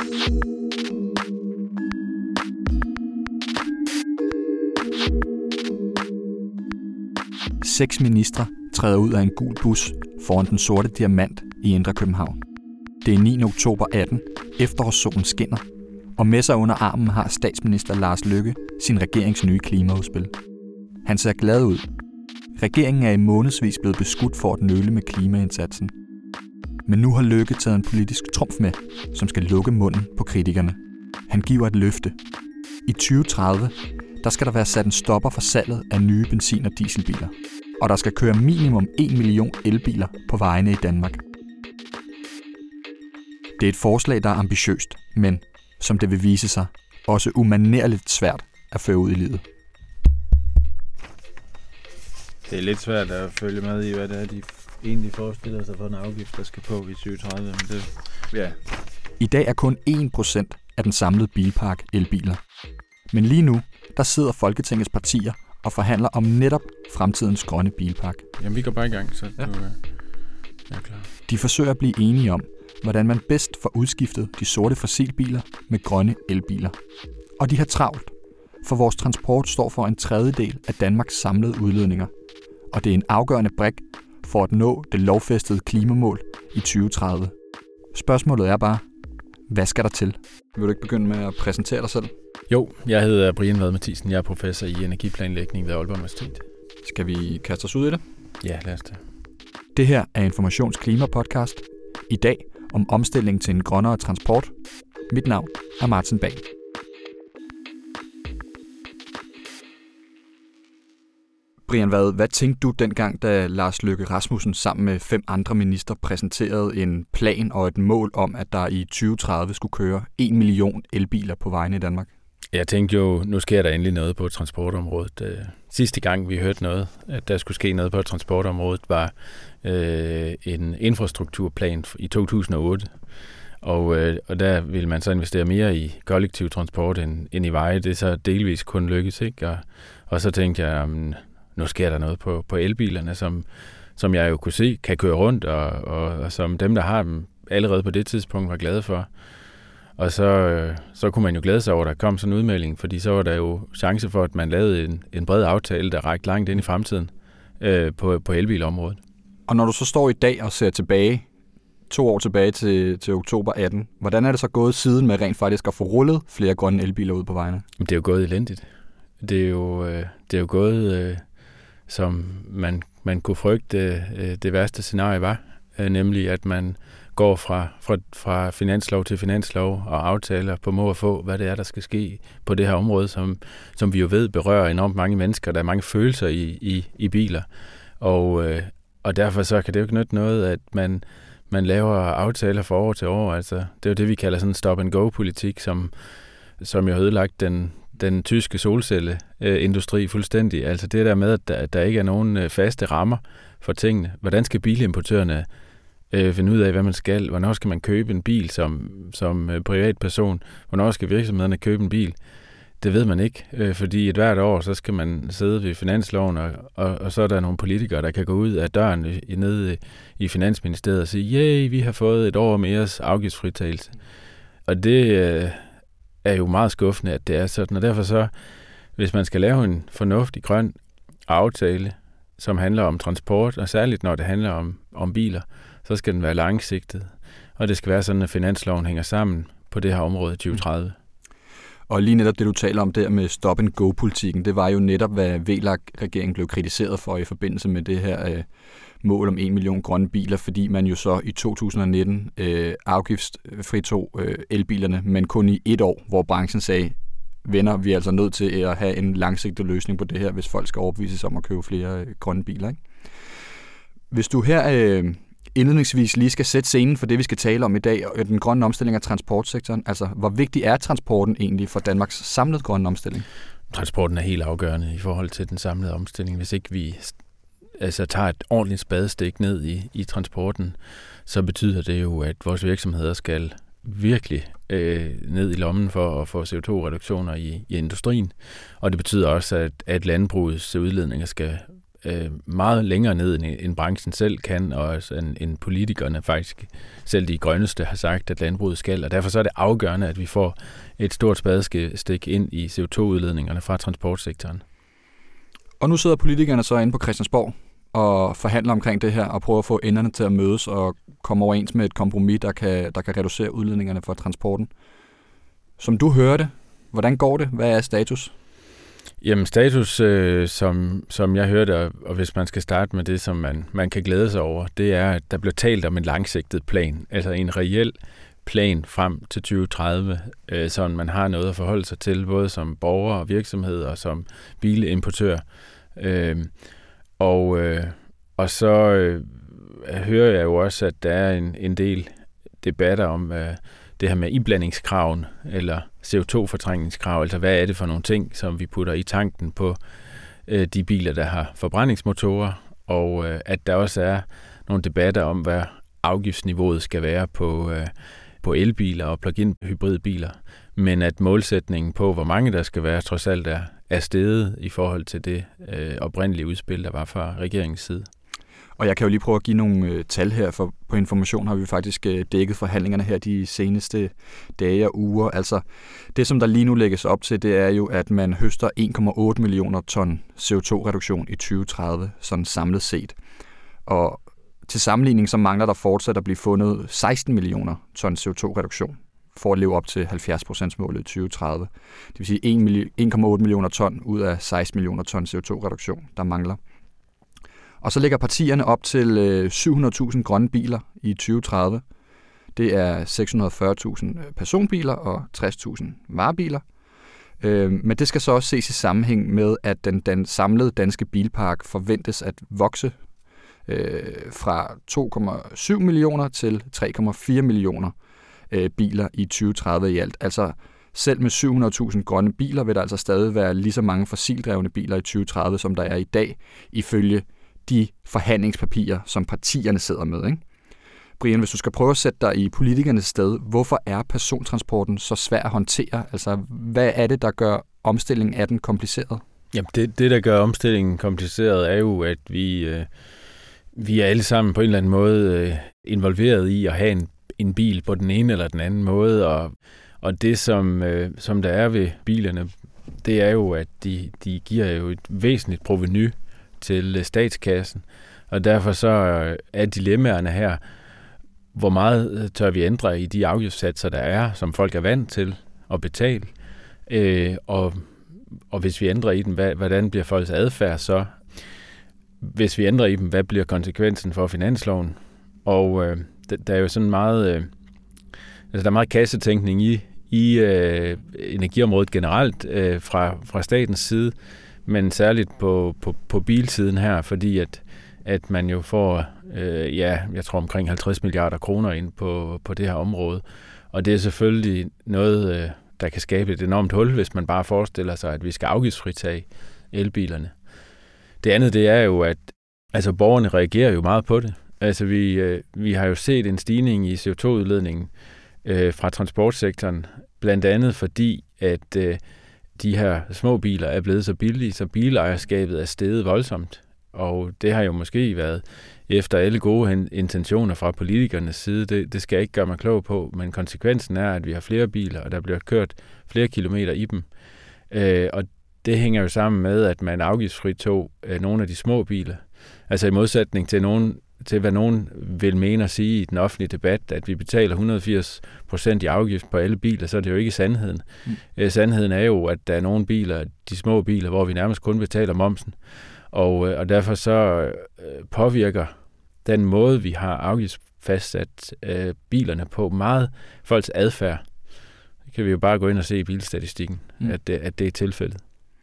Seks ministre træder ud af en gul bus foran den sorte diamant i Indre København. Det er 9. oktober 18, efterårssolen skinner, og med sig under armen har statsminister Lars Løkke sin regerings nye klimaudspil. Han ser glad ud. Regeringen er i månedsvis blevet beskudt for at nøle med klimaindsatsen. Men nu har Løkke taget en politisk trumf med, som skal lukke munden på kritikerne. Han giver et løfte. I 2030 der skal der være sat en stopper for salget af nye benzin- og dieselbiler. Og der skal køre minimum 1 million elbiler på vejene i Danmark. Det er et forslag, der er ambitiøst, men som det vil vise sig, også umanerligt svært at føre ud i livet. Det er lidt svært at følge med i, hvad det er, de egentlig forestiller sig for en afgift, der skal på i 2030. Men det, ja. I dag er kun 1% af den samlede bilpark elbiler. Men lige nu, der sidder Folketingets partier og forhandler om netop fremtidens grønne bilpark. Jamen, vi går bare i gang, så ja. Du er klar. De forsøger at blive enige om, hvordan man bedst får udskiftet de sorte fossilbiler med grønne elbiler. Og de har travlt, for vores transport står for 1/3 af Danmarks samlede udledninger. Og det er en afgørende brik for at nå det lovfæstede klimamål i 2030. Spørgsmålet er bare, hvad skal der til? Vil du ikke begynde med at præsentere dig selv? Jo, jeg hedder Brian Vad Mathisen. Jeg er professor i energiplanlægning ved Aalborg Universitet. Skal vi kaste os ud i det? Ja, lad os det. Det her er Informations Klima-podcast. I dag om omstilling til en grønnere transport. Mit navn er Martin Bag. Brian Vad, hvad tænkte du dengang, da Lars Løkke Rasmussen sammen med 5 andre ministre præsenterede en plan og et mål om, at der i 2030 skulle køre 1 million elbiler på vejene i Danmark? Jeg tænkte jo, nu sker der endelig noget på transportområdet. Sidste gang vi hørte noget, at der skulle ske noget på transportområdet, var en infrastrukturplan i 2008. Og der ville man så investere mere i kollektiv transport end i veje. Det er så delvis kun lykkes, ikke? Og så tænkte jeg, nu sker der noget på elbilerne, som jeg jo kunne se kan køre rundt, og som dem, der har dem, allerede på det tidspunkt var glade for. Og så kunne man jo glæde sig over, at der kom sådan en udmelding, fordi så var der jo chance for, at man lavede en bred aftale, der rækte langt ind i fremtiden på elbilområdet. Og når du så står i dag og ser tilbage, 2 år tilbage til oktober 18, hvordan er det så gået siden med rent faktisk at få rullet flere grønne elbiler ud på vejene? Det er jo gået elendigt. Det er jo gået, som man kunne frygte, det værste scenarie var, nemlig at man går fra finanslov til finanslov og aftaler på må og få, hvad det er, der skal ske på det her område, som vi jo ved berører enormt mange mennesker. Der er mange følelser i biler, og derfor så kan det jo ikke nytte noget, at man laver aftaler fra år til år. Altså, det er jo det, vi kalder sådan en stop-and-go-politik, som jo har ødelagt den tyske solcelleindustri fuldstændig. Altså det der med, at der ikke er nogen faste rammer for tingene. Hvordan skal bilimportørerne finde ud af, hvad man skal? Hvornår skal man købe en bil som privatperson? Hvornår skal virksomhederne købe en bil? Det ved man ikke, fordi et hvert år, så skal man sidde ved finansloven, og så er der nogle politikere, der kan gå ud af døren nede i Finansministeriet og sige, yay, vi har fået et år mere afgiftsfritagelse. Og det er jo meget skuffende, at det er sådan, og derfor så, hvis man skal lave en fornuftig grøn aftale, som handler om transport, og særligt når det handler om biler, så skal den være langsigtet, og det skal være sådan, at finansloven hænger sammen på det her område i 2030. Og lige netop det, du taler om der med stop-and-go-politikken, det var jo netop, hvad VLAK-regeringen blev kritiseret for i forbindelse med det her mål om 1 million grønne biler, fordi man jo så i 2019 afgiftsfritog elbilerne, men kun i 1 år, hvor branchen sagde, venner, vi er altså nødt til at have en langsigtet løsning på det her, hvis folk skal overbevises om at købe flere grønne biler, ikke? Hvis du her indledningsvis lige skal sætte scenen for det, vi skal tale om i dag, og den grønne omstilling af transportsektoren, altså hvor vigtig er transporten egentlig for Danmarks samlede grønne omstilling? Transporten er helt afgørende i forhold til den samlede omstilling. Hvis ikke vi tager et ordentligt spadestik ned i transporten, så betyder det jo, at vores virksomheder skal virkelig ned i lommen for at få CO2-reduktioner i industrien. Og det betyder også, at landbrugets udledninger skal meget længere ned, end branchen selv kan, og også end politikerne faktisk, selv de grønneste, har sagt, at landbruget skal. Og derfor så er det afgørende, at vi får et stort spadestik ind i CO2-udledningerne fra transportsektoren. Og nu sidder politikerne så inde på Christiansborg og forhandler omkring det her, og prøver at få enderne til at mødes og komme overens med et kompromis, der kan reducere udledningerne fra transporten. Som du hørte, hvordan går det? Hvad er status? Jamen status, som jeg hørte, og hvis man skal starte med det, som man kan glæde sig over, det er, at der bliver talt om en langsigtet plan, altså en reel plan frem til 2030, så man har noget at forholde sig til, både som borger og virksomhed og som bilimportør. Og så hører jeg jo også, at der er en del debatter om det her med iblandingskraven eller CO2-fortrængningskrav, altså hvad er det for nogle ting, som vi putter i tanken på de biler, der har forbrændingsmotorer, og at der også er nogle debatter om, hvad afgiftsniveauet skal være på elbiler og plug-in hybridbiler, men at målsætningen på, hvor mange der skal være, trods alt er steget i forhold til det oprindelige udspil, der var fra regeringens side. Og jeg kan jo lige prøve at give nogle tal her, for på Information har vi faktisk dækket forhandlingerne her de seneste dage og uger. Altså det, som der lige nu lægges op til, det er jo, at man høster 1,8 millioner ton CO2-reduktion i 2030, sådan samlet set. Og til sammenligning, så mangler der fortsat at blive fundet 16 millioner ton CO2-reduktion for at leve op til 70%-målet i 2030. Det vil sige 1,8 millioner ton ud af 16 millioner ton CO2-reduktion, der mangler. Og så lægger partierne op til 700.000 grønne biler i 2030. Det er 640.000 personbiler og 60.000 varebiler. Men det skal så også ses i sammenhæng med, at den samlede danske bilpark forventes at vokse fra 2,7 millioner til 3,4 millioner biler i 2030 i alt. Altså selv med 700.000 grønne biler vil der altså stadig være lige så mange fossildrevne biler i 2030, som der er i dag, ifølge de forhandlingspapirer, som partierne sidder med, ikke? Brian, hvis du skal prøve at sætte dig i politikernes sted, hvorfor er persontransporten så svær at håndtere? Altså, hvad er det, der gør omstillingen af den kompliceret? Jamen, det der gør omstillingen kompliceret, er jo, at vi er alle sammen på en eller anden måde involveret i at have en bil på den ene eller den anden måde, og det, som der er ved bilerne, det er jo, at de giver jo et væsentligt provenu til statskassen, og derfor så er dilemmaerne her, hvor meget tør vi ændre i de afgiftssatser, der er, som folk er vant til at betale, og hvis vi ændrer i dem, hvordan bliver folks adfærd så? Hvis vi ændrer i dem, hvad bliver konsekvensen for finansloven? Og der er jo sådan meget, der er meget kassetænkning i energiområdet generelt fra statens side, men særligt på bilsiden her, fordi at man jo får, jeg tror omkring 50 milliarder kroner ind på det her område. Og det er selvfølgelig noget, der kan skabe et enormt hul, hvis man bare forestiller sig, at vi skal afgiftsfritage elbilerne. Det andet, det er jo, at altså, borgerne reagerer jo meget på det. Altså, vi har jo set en stigning i CO2-udledningen fra transportsektoren, blandt andet fordi, at de her små biler er blevet så billige, så bilejerskabet er steget voldsomt. Og det har jo måske været efter alle gode intentioner fra politikernes side. Det skal jeg ikke gøre mig klog på, men konsekvensen er, at vi har flere biler, og der bliver kørt flere kilometer i dem. Og det hænger jo sammen med, at man afgiftsfritog nogle af de små biler. Altså i modsætning til hvad nogen vil mene at sige i den offentlige debat, at vi betaler 180% i afgift på alle biler, så er det jo ikke sandheden. Sandheden er jo, at der er nogle biler, de små biler, hvor vi nærmest kun betaler momsen. Og derfor så påvirker den måde, vi har afgiftsfastsat bilerne på meget folks adfærd. Det kan vi jo bare gå ind og se i bilstatistikken, at det er tilfældet.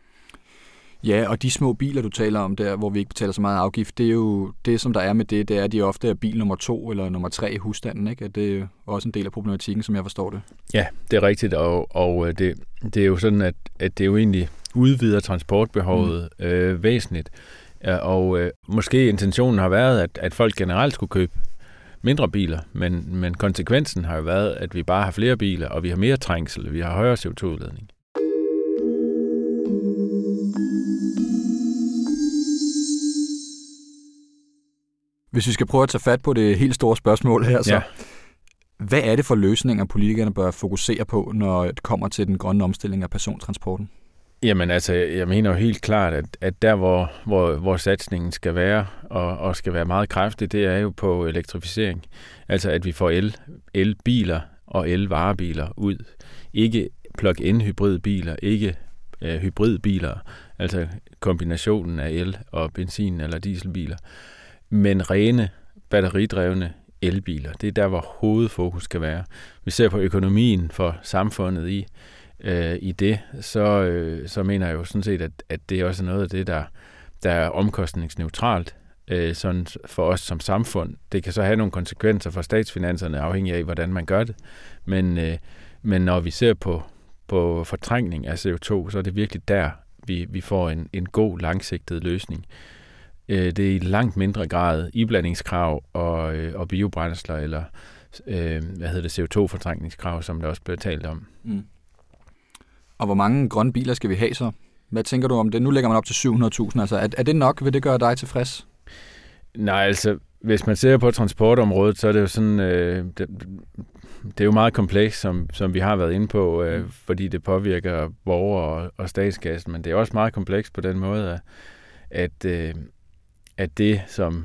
Ja, og de små biler, du taler om der, hvor vi ikke betaler så meget afgift, det er jo det, som der er med det er, at de ofte er bil nummer 2 eller nummer 3 i husstanden, ikke? Det er jo også en del af problematikken, som jeg forstår det. Ja, det er rigtigt, og det er jo sådan, at det jo egentlig udvider transportbehovet væsentligt. Og måske intentionen har været, at folk generelt skulle købe mindre biler, men konsekvensen har jo været, at vi bare har flere biler, og vi har mere trængsel, vi har højere CO2-udledning. Hvis vi skal prøve at tage fat på det helt store spørgsmål her, så Ja. hvad er det for løsninger, politikerne bør fokusere på, når det kommer til den grønne omstilling af persontransporten? Jamen altså, jeg mener jo helt klart, at der, hvor satsningen skal være, og skal være meget kraftig, det er jo på elektrificering. Altså, at vi får elbiler og elvarebiler ud. Ikke plug-in hybridbiler, ikke hybridbiler, altså kombinationen af el og benzin- eller dieselbiler, men rene batteridrevne elbiler. Det er der, hvor hovedfokus skal være. Vi ser på økonomien for samfundet i det, så mener jeg jo sådan set, at det også er noget af det, der er omkostningsneutralt sådan for os som samfund. Det kan så have nogle konsekvenser for statsfinanserne, afhængig af, hvordan man gør det. Men når vi ser på fortrængning af CO2, så er det virkelig der, vi får en god langsigtet løsning. Det er i langt mindre grad iblandingskrav og biobrændsler eller CO2-fortrængningskrav, som der også bliver talt om. Mm. Og hvor mange grønne biler skal vi have så? Hvad tænker du om det? Nu lægger man op til 700.000. Altså, er det nok? Vil det gøre dig tilfreds? Nej, altså, hvis man ser på transportområdet, så er det jo sådan, det er jo meget komplekst, som vi har været inde på, fordi det påvirker borgere og statskassen, men det er også meget komplekst på den måde, at det som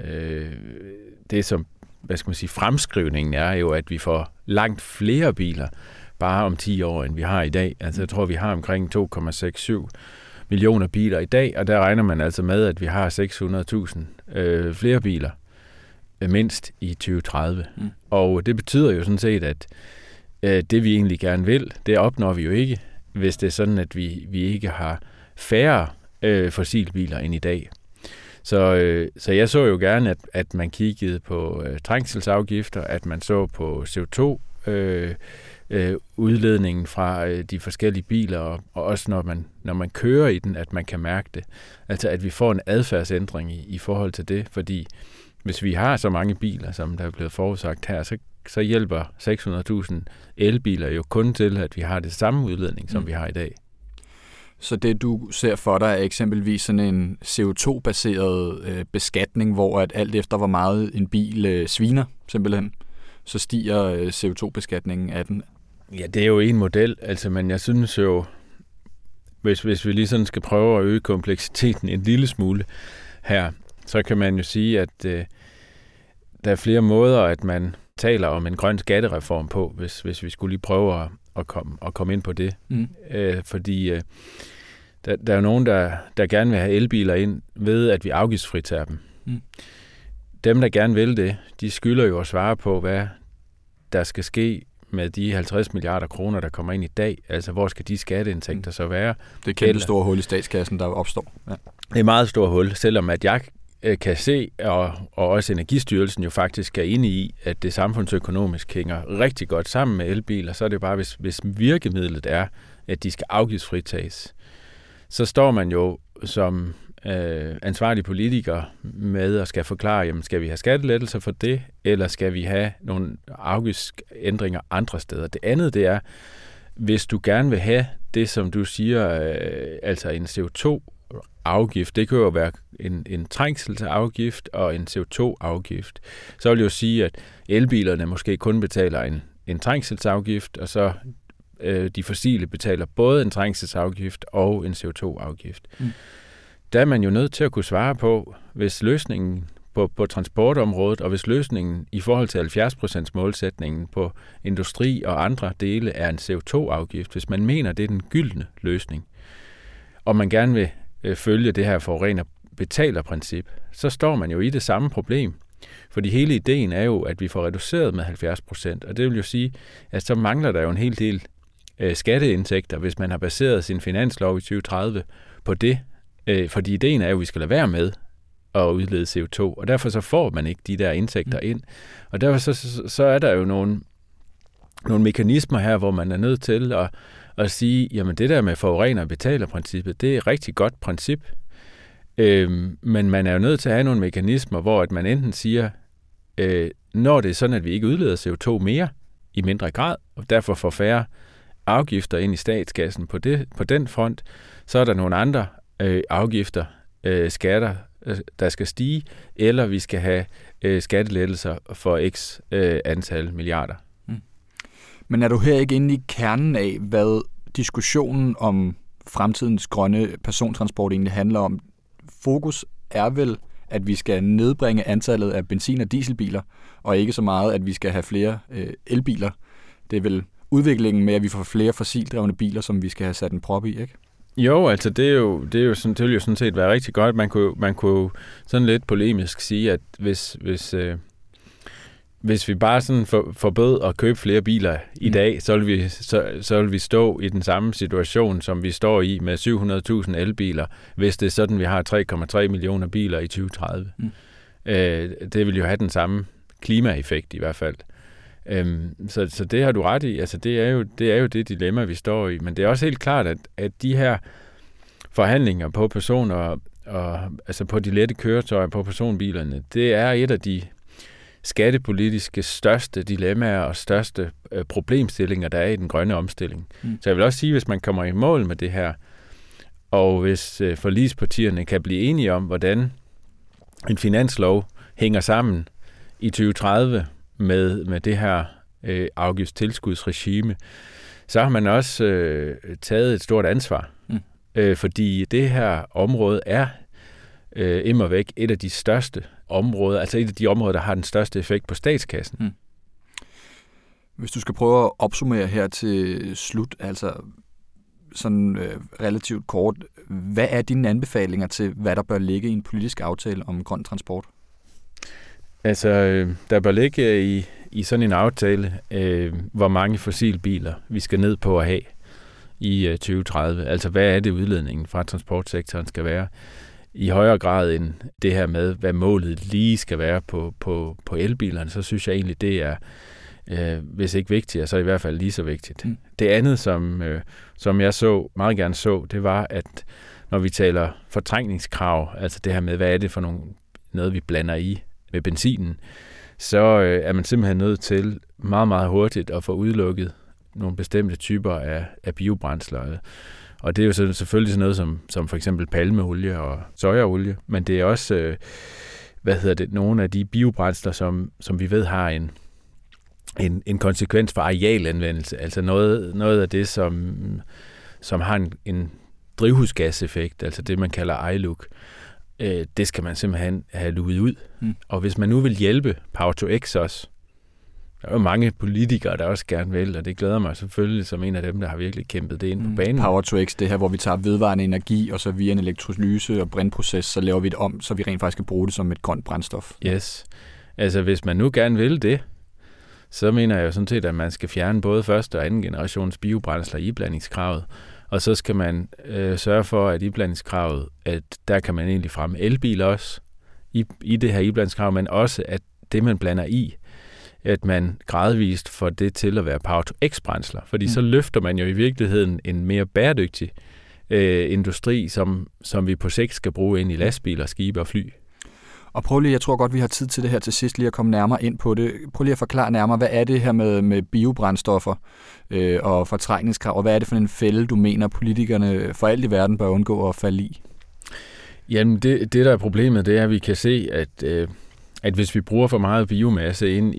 hvad skal man sige, fremskrivningen er jo, at vi får langt flere biler bare om 10 år, end vi har i dag. Altså jeg tror, vi har omkring 2,67 millioner biler i dag, og der regner man altså med, at vi har 600.000 flere biler mindst i 2030. Mm. Og det betyder jo sådan set, at det vi egentlig gerne vil, det opnår vi jo ikke, hvis det er sådan, at vi ikke har færre fossilbiler end i dag. Så jeg så jo gerne, at man kiggede på trængselsafgifter, at man så på CO2 udledningen fra de forskellige biler, og også når man kører i den, at man kan mærke det. Altså at vi får en adfærdsændring i forhold til det, fordi hvis vi har så mange biler, som der er blevet forudsagt her, så hjælper 600.000 elbiler jo kun til, at vi har det samme udledning, som vi har i dag. Så det, du ser for dig, er eksempelvis sådan en CO2-baseret beskatning, hvor at alt efter, hvor meget en bil sviner, simpelthen, så stiger CO2-beskatningen af den. Ja, det er jo en model, altså, men jeg synes jo, hvis vi lige sådan skal prøve at øge kompleksiteten en lille smule her, så kan man jo sige, at der er flere måder, at man taler om en grøn skattereform på, hvis vi skulle lige prøve at komme ind på det. Mm. Fordi der er jo nogen, der gerne vil have elbiler ind ved, at vi afgiftsfritager dem. Mm. Dem, der gerne vil det, de skylder jo at svare på, hvad der skal ske med de 50 milliarder kroner, der kommer ind i dag. Altså, hvor skal de skatteindtægter så være? Det er kæmpe store hul i statskassen, der opstår. Ja. Det er et meget stort hul, selvom at jeg kan se, og også Energistyrelsen jo faktisk er inde i, at det samfundsøkonomisk hænger rigtig godt sammen med elbiler, så er det bare, hvis virkemidlet er, at de skal afgiftsfritages, så står man jo som ansvarlig politiker med at skal forklare, jamen skal vi have skattelettelser for det, eller skal vi have nogle afgiftsændringer andre steder. Det andet, det er, hvis du gerne vil have det, som du siger, altså en CO2-afgift, det kan jo være en trængselsafgift og en CO2-afgift. Så vil jeg jo sige, at elbilerne måske kun betaler en trængselsafgift, og så de fossile betaler både en trængselsafgift og en CO2-afgift. Mm. Der er man jo nødt til at kunne svare på, hvis løsningen på transportområdet, og hvis løsningen i forhold til 70% målsætningen på industri og andre dele er en CO2-afgift, hvis man mener, det er den gyldne løsning, og man gerne vil følge det her forurener-betaler-princip, så står man jo i det samme problem. Fordi hele ideen er jo, at vi får reduceret med 70%, og det vil jo sige, at så mangler der jo en hel del skatteindtægter, hvis man har baseret sin finanslov i 2030 på det. Fordi ideen er jo, at vi skal lade være med at udlede CO2, og derfor så får man ikke de der indtægter ind. Og derfor så er der jo nogle mekanismer her, hvor man er nødt til at sige, jamen det der med forurener-betaler-princippet, det er et rigtig godt princip, men man er jo nødt til at have nogle mekanismer, hvor at man enten siger, når det er sådan, at vi ikke udleder CO2 mere i mindre grad, og derfor får færre afgifter ind i statskassen på den front, så er der nogle andre afgifter, skatter, der skal stige, eller vi skal have skattelettelser for x antal milliarder. Men er du her ikke inde i kernen af, hvad diskussionen om fremtidens grønne persontransport egentlig handler om? Fokus er vel, at vi skal nedbringe antallet af benzin- og dieselbiler, og ikke så meget, at vi skal have flere elbiler. Det er vel udviklingen med, at vi får flere fossildrevne biler, som vi skal have sat en prop i, ikke? Jo, altså det vil jo sådan set være rigtig godt. Man kunne sådan lidt polemisk sige, at hvis vi bare sådan forbød at købe flere biler i dag, så vil vi stå i den samme situation, som vi står i med 700.000 elbiler, hvis det er sådan, vi har 3,3 millioner biler i 2030. Det vil jo have den samme klimaeffekt i hvert fald. Så det har du ret i. Altså det er jo det dilemma, vi står i. Men det er også helt klart, at de her forhandlinger på personer og altså på de lette køretøjer, på personbilerne, det er et af de skattepolitiske største dilemmaer og største problemstillinger, der er i den grønne omstilling. Så jeg vil også sige, hvis man kommer i mål med det her, og hvis forligspartierne kan blive enige om, hvordan en finanslov hænger sammen i 2030 med det her afgiftstilskudsregime, så har man også taget et stort ansvar. Fordi det her område er immervæk et af de største områder, altså et af de områder, der har den største effekt på statskassen. Hvis du skal prøve at opsummere her til slut, altså sådan relativt kort, hvad er dine anbefalinger til, hvad der bør ligge i en politisk aftale om grøn transport? Altså, der bør ligge i sådan en aftale, hvor mange fossilbiler vi skal ned på at have i 2030. Altså, hvad er det udledningen fra transportsektoren skal være? I højere grad end det her med, hvad målet lige skal være på elbilerne, så synes jeg egentlig, det er, hvis ikke vigtigt, så i hvert fald lige så vigtigt. Det andet, som jeg meget gerne så, det var, at når vi taler fortrængningskrav, altså det her med, hvad er det for noget, vi blander i med benzinen, så er man simpelthen nødt til meget, meget hurtigt at få udelukket nogle bestemte typer af biobrændsler. Og det er jo selvfølgelig sådan noget som for eksempel palmeolie og sojaolie, men det er også nogle af de biobrændsler, som vi ved har en konsekvens for arealanvendelse, altså noget af det, som har en drivhusgaseffekt, altså det, man kalder ILUC. Det skal man simpelthen have luet ud. Og hvis man nu vil hjælpe Power-to-X også, der er jo mange politikere, der også gerne vil, og det glæder mig selvfølgelig som en af dem, der har virkelig kæmpet det ind på banen. Power-to-X, det her, hvor vi tager vedvarende energi, og så via en elektrolyse og brintproces, så laver vi det om, så vi rent faktisk kan bruge det som et grønt brændstof. Yes. Altså hvis man nu gerne vil det, så mener jeg jo sådan set, at man skal fjerne både første og anden generations biobrændsler i iblandingskravet, og så skal man sørge for, at iblandingskravet, at der kan man egentlig fremme elbiler også i det her iblandingskrav, men også at det, man blander i, at man gradvist får det til at være Power-to-X-brændsler, fordi så løfter man jo i virkeligheden en mere bæredygtig industri, som vi på sigt skal bruge ind i lastbiler, skibe og fly. Og prøv lige, jeg tror godt, vi har tid til det her til sidst lige at komme nærmere ind på det. Prøv lige at forklare nærmere, hvad er det her med biobrændstoffer og fortrængningskrav, og hvad er det for en fælde, du mener, politikerne for alt i verden bør undgå at falde i? Jamen, det der er problemet, det er, at vi kan se, at hvis vi bruger for meget biomasse ind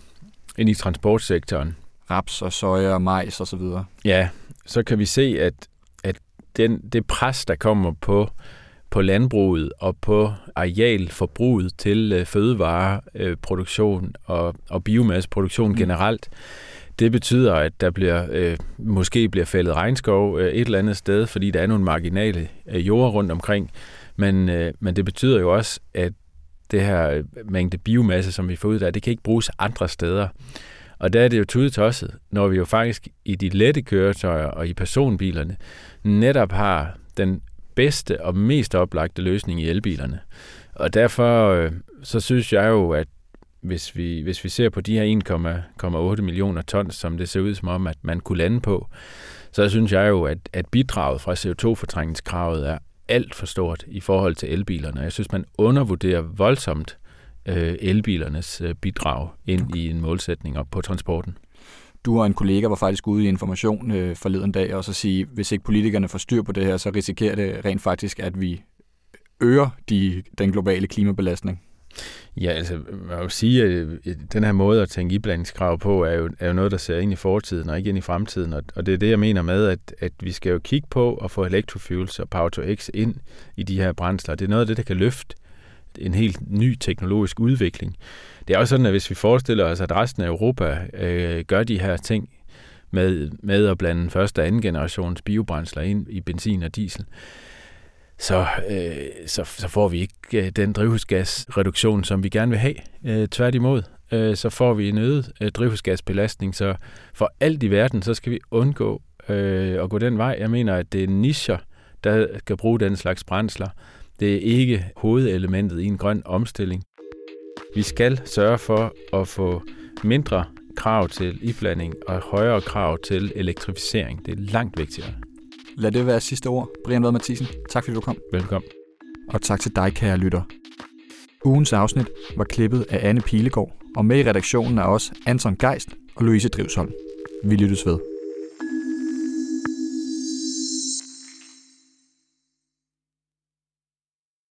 i transportsektoren, raps og soja og majs og så videre. Ja, så kan vi se, at det pres, der kommer på landbruget og på arealforbruget til fødevareproduktion og biomasseproduktion generelt, det betyder, at der måske bliver fældet regnskov et eller andet sted, fordi der er nogle marginale jorder rundt omkring. Men det betyder jo også, at det her mængde biomasse, som vi får ud af, det kan ikke bruges andre steder. Og der er det jo tudetosset, når vi jo faktisk i de lette køretøjer og i personbilerne netop har den bedste og mest oplagte løsning i elbilerne. Og derfor så synes jeg jo, at hvis vi ser på de her 1,8 millioner tons, som det ser ud som om, at man kunne lande på, så synes jeg jo, at bidraget fra CO2-fortrængningskravet er alt for stort i forhold til elbilerne. Jeg synes, man undervurderer voldsomt elbilernes bidrag ind i en målsætning op på transporten. Du og en kollega var faktisk ude i Information forleden dag og så sige, hvis ikke politikerne får styr på det her, så risikerer det rent faktisk, at vi øger den globale klimabelastning? Ja, altså man vil sige, at den her måde at tænke iblandingskrav på, er jo noget, der ser ind i fortiden og ikke ind i fremtiden. Og det er det, jeg mener med, at vi skal jo kigge på at få electrofuels og Power-to-X ind i de her brændsler. Det er noget af det, der kan løfte en helt ny teknologisk udvikling. Det er også sådan, at hvis vi forestiller os, at resten af Europa gør de her ting med at blande første og anden generations biobrændsler ind i benzin og diesel, så får vi ikke den drivhusgasreduktion, som vi gerne vil have. Tværtimod, så får vi en øget drivhusgasbelastning. Så for alt i verden, så skal vi undgå at gå den vej. Jeg mener, at det er nicher, der skal bruge den slags brændsler. Det er ikke hovedelementet i en grøn omstilling. Vi skal sørge for at få mindre krav til iblanding og højere krav til elektrificering. Det er langt vigtigere. Lad det være sidste ord. Brian Vad Mathiesen, tak fordi du kom. Velkommen. Og tak til dig, kære lytter. Ugens afsnit var klippet af Anne Pilegaard, og med i redaktionen er også Anton Geist og Louise Drivsholm. Vi lyttes ved.